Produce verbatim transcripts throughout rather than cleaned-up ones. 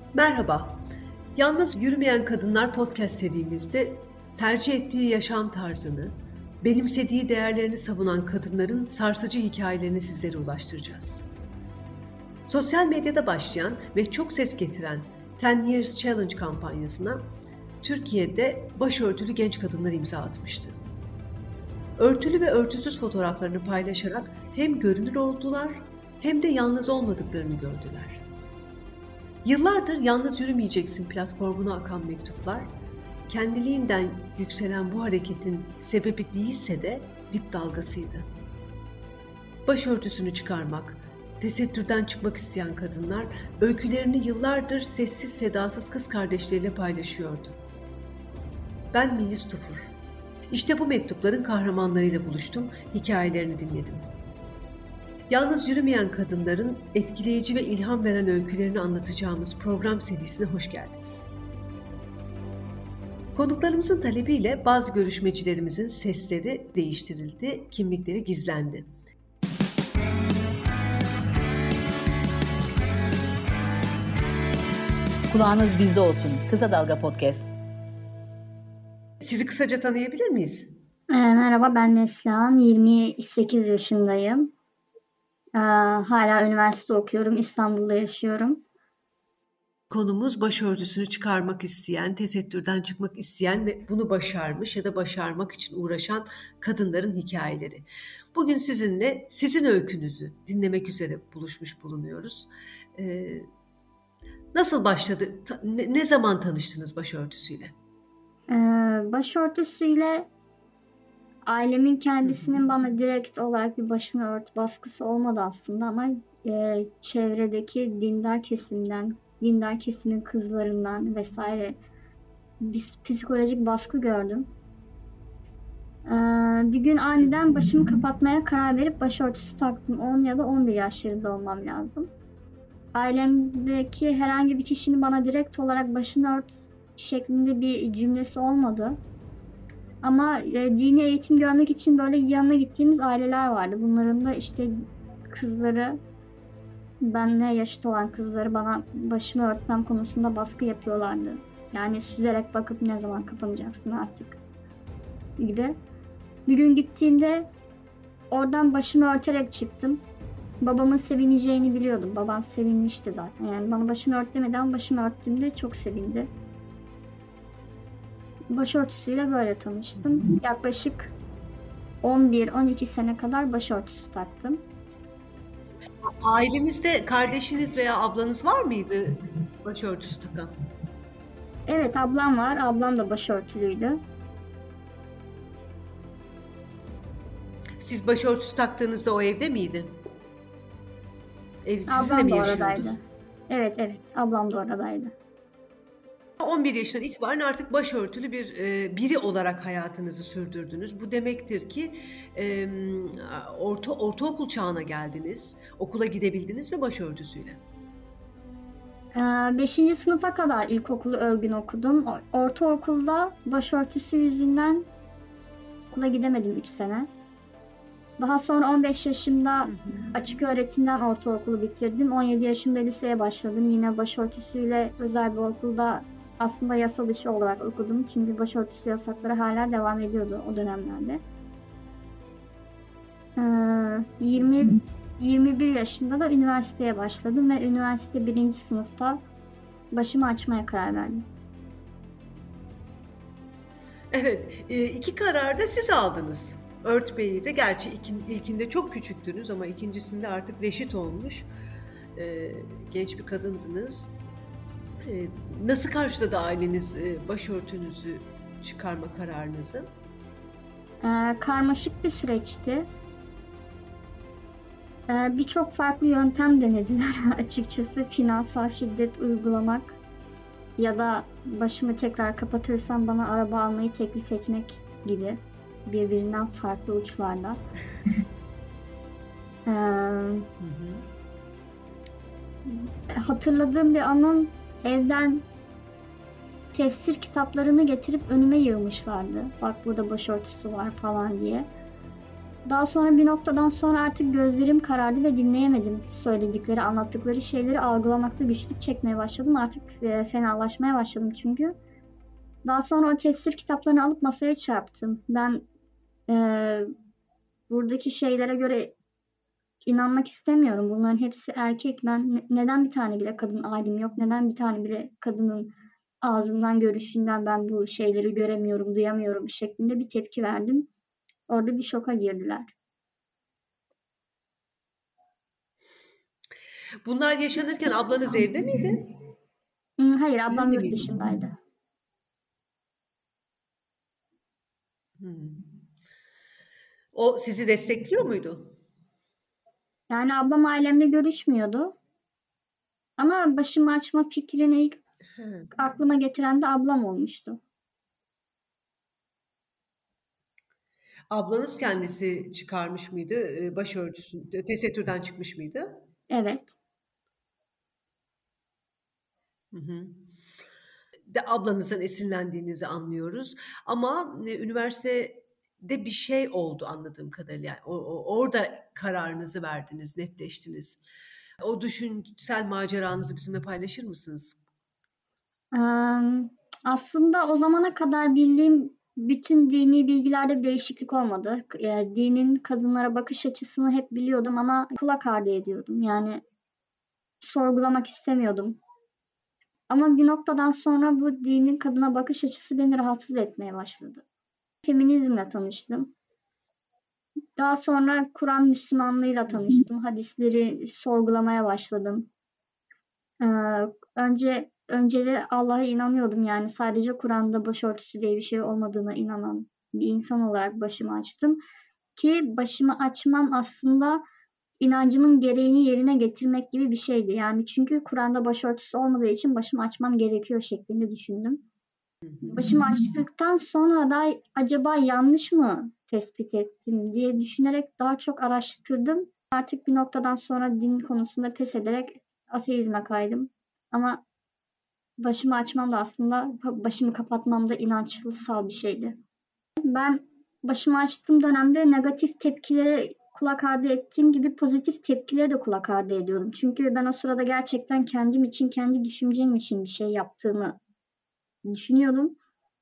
Merhaba, Yalnız Yürümeyen Kadınlar podcast serimizde tercih ettiği yaşam tarzını, benimsediği değerlerini savunan kadınların sarsıcı hikayelerini sizlere ulaştıracağız. Sosyal medyada başlayan ve çok ses getiren Ten Years Challenge kampanyasına Türkiye'de başörtülü genç kadınlar imza atmıştı. Örtülü ve örtüsüz fotoğraflarını paylaşarak hem görünür oldular hem de yalnız olmadıklarını gördüler. Yıllardır Yalnız Yürümeyeceksin platformuna akan mektuplar, kendiliğinden yükselen bu hareketin sebebi değilse de dip dalgasıydı. Başörtüsünü çıkarmak, tesettürden çıkmak isteyen kadınlar öykülerini yıllardır sessiz sedasız kız kardeşleriyle paylaşıyordu. Ben Melis Tufur. İşte bu mektupların kahramanlarıyla buluştum, hikayelerini dinledim. Yalnız yürümeyen kadınların etkileyici ve ilham veren öykülerini anlatacağımız program serisine hoş geldiniz. Konuklarımızın talebiyle bazı görüşmecilerimizin sesleri değiştirildi, kimlikleri gizlendi. Kulağınız bizde olsun. Kısa Dalga Podcast. Sizi kısaca tanıyabilir miyiz? E, merhaba, ben Neslihan. yirmi sekiz yaşındayım. E, hala üniversite okuyorum. İstanbul'da yaşıyorum. Konumuz başörtüsünü çıkarmak isteyen, tesettürden çıkmak isteyen ve bunu başarmış ya da başarmak için uğraşan kadınların hikayeleri. Bugün sizinle sizin öykünüzü dinlemek üzere buluşmuş bulunuyoruz. Ee, nasıl başladı? Ta- ne, ne zaman tanıştınız başörtüsüyle? E, başörtüsüyle ailemin kendisinin bana direkt olarak bir başını ört baskısı olmadı aslında ama e, çevredeki dindar kesimden, dindar kesimin kızlarından vesaire bir psikolojik baskı gördüm. Ee, bir gün aniden başımı kapatmaya karar verip başörtüsü taktım. on ya da on bir yaşlarında olmam lazım. Ailemdeki herhangi bir kişinin bana direkt olarak başını ört şeklinde bir cümlesi olmadı. Ama e, dini eğitim görmek için böyle yanına gittiğimiz aileler vardı. Bunların da işte kızları, benimle yaşıt olan kızları bana başımı örtmem konusunda baskı yapıyorlardı. Yani süzerek bakıp ne zaman kapanacaksın artık gibi. Bir gün gittiğimde oradan başımı örterek çıktım. Babamın sevineceğini biliyordum. Babam sevinmişti zaten. Yani bana başını ört demeden başımı örttüğümde çok sevindi. Başörtüsüyle böyle tanıştım. Yaklaşık on bir on iki sene kadar başörtüsü taktım. Ailenizde kardeşiniz veya ablanız var mıydı başörtüsü takan? Evet, ablam var. Ablam da başörtülüydü. Siz başörtüsü taktığınızda o evde miydi? Ev, sizinle Ablam mi da yaşıyordu? oradaydı. Evet, evet. Ablam da oradaydı. on bir yaşından itibaren artık başörtülü bir e, biri olarak hayatınızı sürdürdünüz. Bu demektir ki e, orta ortaokul çağına geldiniz. Okula gidebildiniz mi başörtüsüyle? beşinci sınıfa kadar ilkokulu örgün okudum. Ortaokulda başörtüsü yüzünden okula gidemedim üç sene. Daha sonra on beş yaşımda açık öğretimden ortaokulu bitirdim. on yedi yaşımda liseye başladım. Yine başörtüsüyle özel bir okulda aslında yasal dışı olarak okudum. Çünkü başörtüsü yasakları hala devam ediyordu o dönemlerde. yirmi yirmi bir yaşımda da üniversiteye başladım ve üniversite birinci sınıfta başımı açmaya karar verdim. Evet, iki kararı da siz aldınız. Örtmeyi de, gerçi ilkinde çok küçüktünüz ama ikincisinde artık reşit olmuş genç bir kadındınız. Nasıl karşıladı aileniz başörtünüzü çıkarma kararınızı? Karmaşık bir süreçti. Birçok farklı yöntem denediler açıkçası. Finansal şiddet uygulamak ya da başımı tekrar kapatırsam bana araba almayı teklif etmek gibi birbirinden farklı uçlarda. ee, hatırladığım bir anım, evden tefsir kitaplarını getirip önüme yığmışlardı. Bak burada başörtüsü var falan diye. Daha sonra bir noktadan sonra artık gözlerim karardı ve dinleyemedim. Söyledikleri, anlattıkları şeyleri algılamakta güçlük çekmeye başladım. Artık e, fenalaşmaya başladım çünkü. Daha sonra o tefsir kitaplarını alıp masaya çarptım. Ben e, buradaki şeylere göre inanmak istemiyorum. Bunların hepsi erkek. Ben ne- neden bir tane bile kadın alim yok? Neden bir tane bile kadının ağzından, görüşünden ben bu şeyleri göremiyorum, duyamıyorum şeklinde bir tepki verdim. Orada bir şoka girdiler. Bunlar yaşanırken ablanız evde miydi? Hmm, Hayır, ablam Sizinle yurt miydi? dışındaydı. Hmm. O sizi destekliyor muydu? Yani ablam ailemle görüşmüyordu. Ama başımı açma fikrini ilk He. aklıma getiren de ablam olmuştu. Ablanız kendisi çıkarmış mıydı? Ee, Başörtüsü, tesettürden çıkmış mıydı? Evet. Hı hı. De ablanızdan esinlendiğinizi anlıyoruz. Ama e, üniversitede bir şey oldu anladığım kadarıyla. Yani o, o- orada kararınızı verdiniz, netleştiniz. O düşünsel maceranızı bizimle paylaşır mısınız? Em, Aslında o zamana kadar bildiğim bütün dini bilgilerde bir değişiklik olmadı. E, dinin kadınlara bakış açısını hep biliyordum ama kulak ardı ediyordum. Yani sorgulamak istemiyordum. Ama bir noktadan sonra bu dinin kadına bakış açısı beni rahatsız etmeye başladı. Feminizmle tanıştım. Daha sonra Kur'an Müslümanlığıyla tanıştım. Hadisleri sorgulamaya başladım. Ee, önce önceleri Allah'a inanıyordum, yani sadece Kur'an'da başörtüsü diye bir şey olmadığına inanan bir insan olarak başımı açtım. Ki başımı açmam aslında inancımın gereğini yerine getirmek gibi bir şeydi. Yani çünkü Kur'an'da başörtüsü olmadığı için başımı açmam gerekiyor şeklinde düşündüm. Başımı açtıktan sonra da acaba yanlış mı tespit ettim diye düşünerek daha çok araştırdım. Artık bir noktadan sonra din konusunda pes ederek ateizme kaydım. Ama başımı açmam da aslında başımı kapatmam da inançsal bir şeydi. Ben başımı açtığım dönemde negatif tepkilere kulak ardı ettiğim gibi pozitif tepkilere de kulak ardı ediyordum. Çünkü ben o sırada gerçekten kendim için, kendi düşüncem için bir şey yaptığımı düşünüyordum.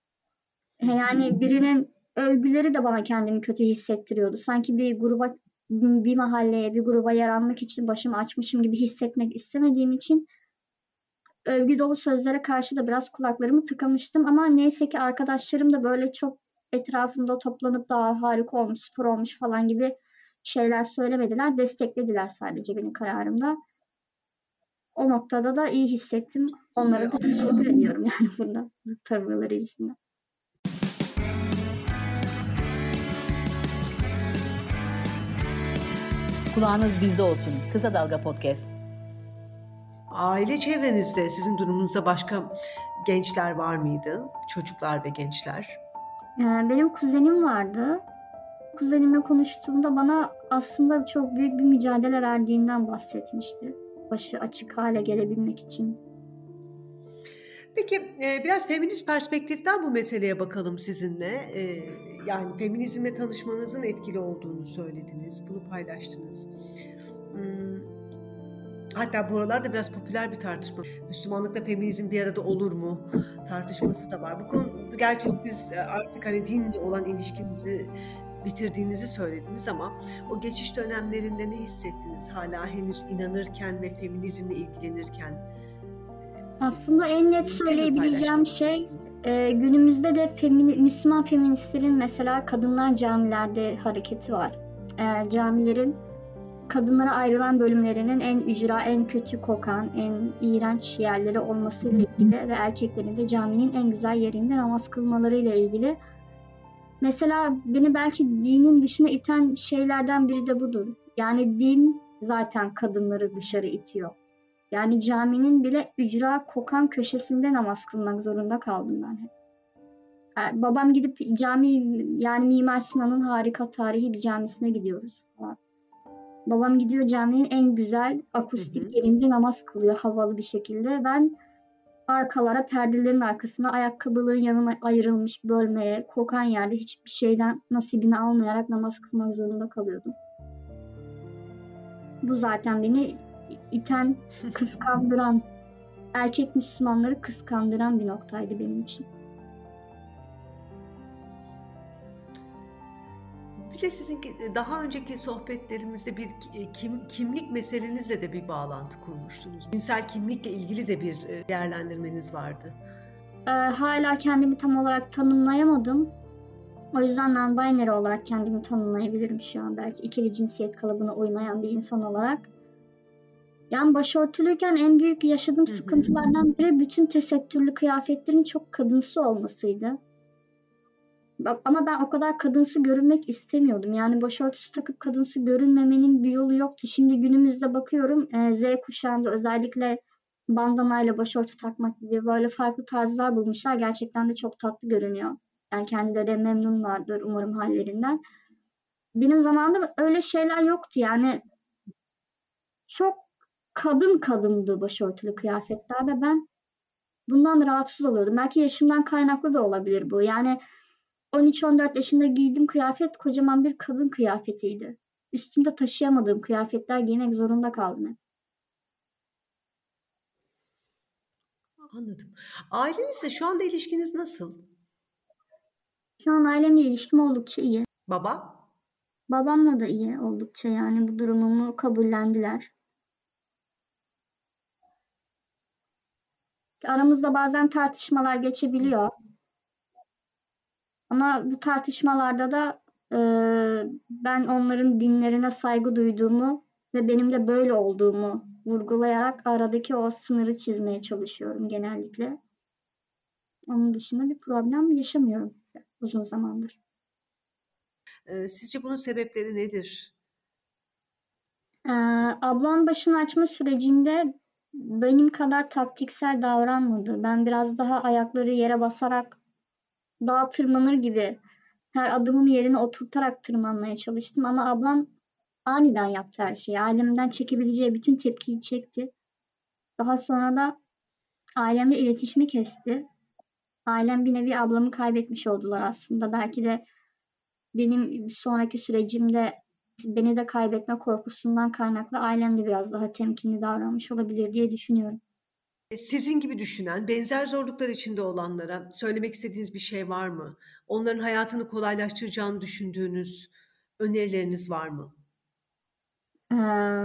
Yani birinin övgüleri de bana kendimi kötü hissettiriyordu. Sanki bir gruba, bir mahalleye, bir gruba yer almak için başımı açmışım gibi hissetmek istemediğim için övgü dolu sözlere karşı da biraz kulaklarımı tıkamıştım. Ama neyse ki arkadaşlarım da böyle çok etrafımda toplanıp daha harika olmuş, spor olmuş falan gibi şeyler söylemediler. Desteklediler sadece benim kararımda. O noktada da iyi hissettim. Onlara da teşekkür ediyorum yani burada bu tavırları yüzünden. Kulağınız bizde olsun. Kısa Dalga Podcast. Aile çevrenizde sizin durumunuzda başka gençler var mıydı? Çocuklar ve gençler. Ee, Benim kuzenim vardı. Kuzenimle konuştuğumda bana aslında çok büyük bir mücadele verdiğinden bahsetmişti. Başı açık hale gelebilmek için. Peki e, biraz feminist perspektiften bu meseleye bakalım sizinle. E, yani feminizmle tanışmanızın etkili olduğunu söylediniz, bunu paylaştınız. Hmm, hatta bu aralarda biraz popüler bir tartışma. Müslümanlıkla feminizm bir arada olur mu tartışması da var. Bu konu, gerçi siz artık hani dinle olan ilişkinizi bitirdiğinizi söylediniz ama o geçiş dönemlerinde ne hissettiniz? Hala henüz inanırken ve feminizmle ilgilenirken. Aslında en net söyleyebileceğim şey e, günümüzde de femini, Müslüman feministlerin mesela kadınlar camilerde hareketi var. Eğer camilerin kadınlara ayrılan bölümlerinin en ücra, en kötü kokan, en iğrenç yerleri olmasıyla ilgili ve erkeklerin de caminin en güzel yerinde namaz kılmalarıyla ilgili. Mesela beni belki dinin dışına iten şeylerden biri de budur. Yani din zaten kadınları dışarı itiyor. Yani caminin bile ücra kokan köşesinde namaz kılmak zorunda kaldım ben hep. Yani babam gidip cami, yani Mimar Sinan'ın harika tarihi bir camisine gidiyoruz falan. Babam gidiyor caminin en güzel akustik Hı hı. yerinde namaz kılıyor havalı bir şekilde. Ben arkalara, perdelerin arkasına, ayakkabılığın yanına ayrılmış bölmeye, kokan yerde hiçbir şeyden nasibini almayarak namaz kılmak zorunda kalıyordum. Bu zaten beni iten, kıskandıran, erkek Müslümanları kıskandıran bir noktaydı benim için. Bir de sizin daha önceki sohbetlerimizde bir kim, kimlik meselenizle de bir bağlantı kurmuştunuz. Cinsel kimlikle ilgili de bir değerlendirmeniz vardı. Ee, hala kendimi tam olarak tanımlayamadım. O yüzden non-binary olarak kendimi tanımlayabilirim şu an. Belki ikili cinsiyet kalıbına uymayan bir insan olarak. Yani başörtülüyken en büyük yaşadığım hı hı. sıkıntılardan biri bütün tesettürlü kıyafetlerin çok kadınsı olmasıydı. Ama ben o kadar kadınsı görünmek istemiyordum. Yani başörtüsü takıp kadınsı görünmemenin bir yolu yoktu. Şimdi günümüzde bakıyorum e, Z kuşağında özellikle bandanayla başörtü takmak gibi böyle farklı tarzlar bulmuşlar. Gerçekten de çok tatlı görünüyor. Yani kendileri de memnunlardır umarım hallerinden. Benim zamanımda öyle şeyler yoktu. Yani çok kadın kadındı başörtülü kıyafetler ve ben bundan rahatsız oluyordum. Belki yaşımdan kaynaklı da olabilir bu. Yani on üç on dört yaşında giydiğim kıyafet kocaman bir kadın kıyafetiydi. Üstümde taşıyamadığım kıyafetler giymek zorunda kaldım hep. Anladım. Ailenizle şu anda ilişkiniz nasıl? Şu an ailemle ilişkim oldukça iyi. Baba? Babamla da iyi oldukça, yani bu durumumu kabullendiler. Aramızda bazen tartışmalar geçebiliyor. Ama bu tartışmalarda da e, ben onların dinlerine saygı duyduğumu ve benim de böyle olduğumu vurgulayarak aradaki o sınırı çizmeye çalışıyorum genellikle. Onun dışında bir problem yaşamıyorum uzun zamandır. Ee, sizce bunun sebepleri nedir? Ee, ablam başını açma sürecinde benim kadar taktiksel davranmadı. Ben biraz daha ayakları yere basarak dağa tırmanır gibi her adımımı yerine oturtarak tırmanmaya çalıştım. Ama ablam aniden yaptı her şeyi. Ailemden çekebileceği bütün tepkiyi çekti. Daha sonra da ailemle iletişimi kesti. Ailem bir nevi ablamı kaybetmiş oldular aslında. Belki de benim sonraki sürecimde beni de kaybetme korkusundan kaynaklı ailem de biraz daha temkinli davranmış olabilir diye düşünüyorum. Sizin gibi düşünen, benzer zorluklar içinde olanlara söylemek istediğiniz bir şey var mı? Onların hayatını kolaylaştıracağını düşündüğünüz önerileriniz var mı? Ee,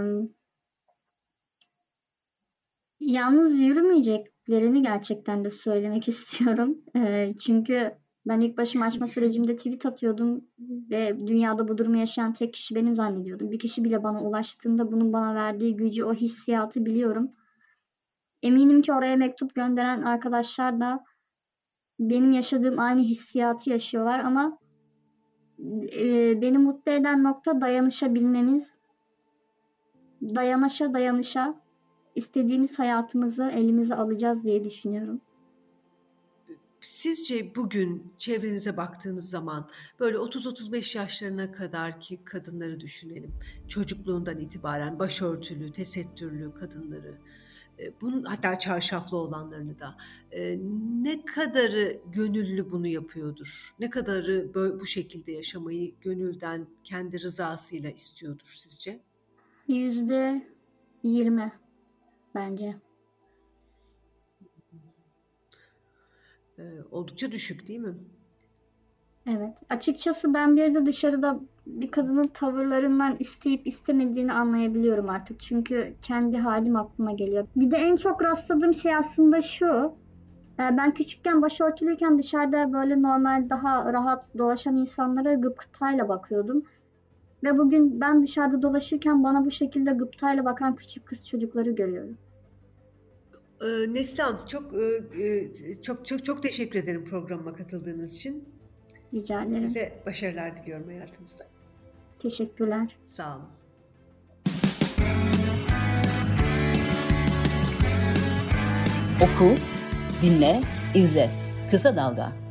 yalnız yürümeyeceklerini gerçekten de söylemek istiyorum. Ee, çünkü ben ilk başıma açma sürecimde tweet atıyordum ve dünyada bu durumu yaşayan tek kişi benim zannediyordum. Bir kişi bile bana ulaştığında bunun bana verdiği gücü, o hissiyatı biliyorum. Eminim ki oraya mektup gönderen arkadaşlar da benim yaşadığım aynı hissiyatı yaşıyorlar ama e, beni mutlu eden nokta dayanışabilmemiz. Dayanışa dayanışa istediğimiz hayatımızı elimize alacağız diye düşünüyorum. Sizce bugün çevrenize baktığınız zaman böyle otuz otuz beş yaşlarına kadarki kadınları düşünelim. Çocukluğundan itibaren başörtülü, tesettürlü kadınları, bunun hatta çarşaflı olanlarını da ne kadarı gönüllü bunu yapıyordur? Ne kadarı böyle bu şekilde yaşamayı gönülden kendi rızasıyla istiyordur sizce? Yüzde yirmi bence. Oldukça düşük değil mi? Evet. Açıkçası ben bir de dışarıda bir kadının tavırlarından isteyip istemediğini anlayabiliyorum artık. Çünkü kendi halim aklıma geliyor. Bir de en çok rastladığım şey aslında şu. Ben küçükken başörtülüyken dışarıda böyle normal daha rahat dolaşan insanlara gıptayla bakıyordum. Ve bugün ben dışarıda dolaşırken bana bu şekilde gıptayla bakan küçük kız çocukları görüyorum. Neslihan, çok çok çok çok teşekkür ederim programıma katıldığınız için. Rica ederim. Size başarılar diliyorum hayatınızda. Teşekkürler. Sağ olun. Oku, dinle, izle. Kısa Dalga.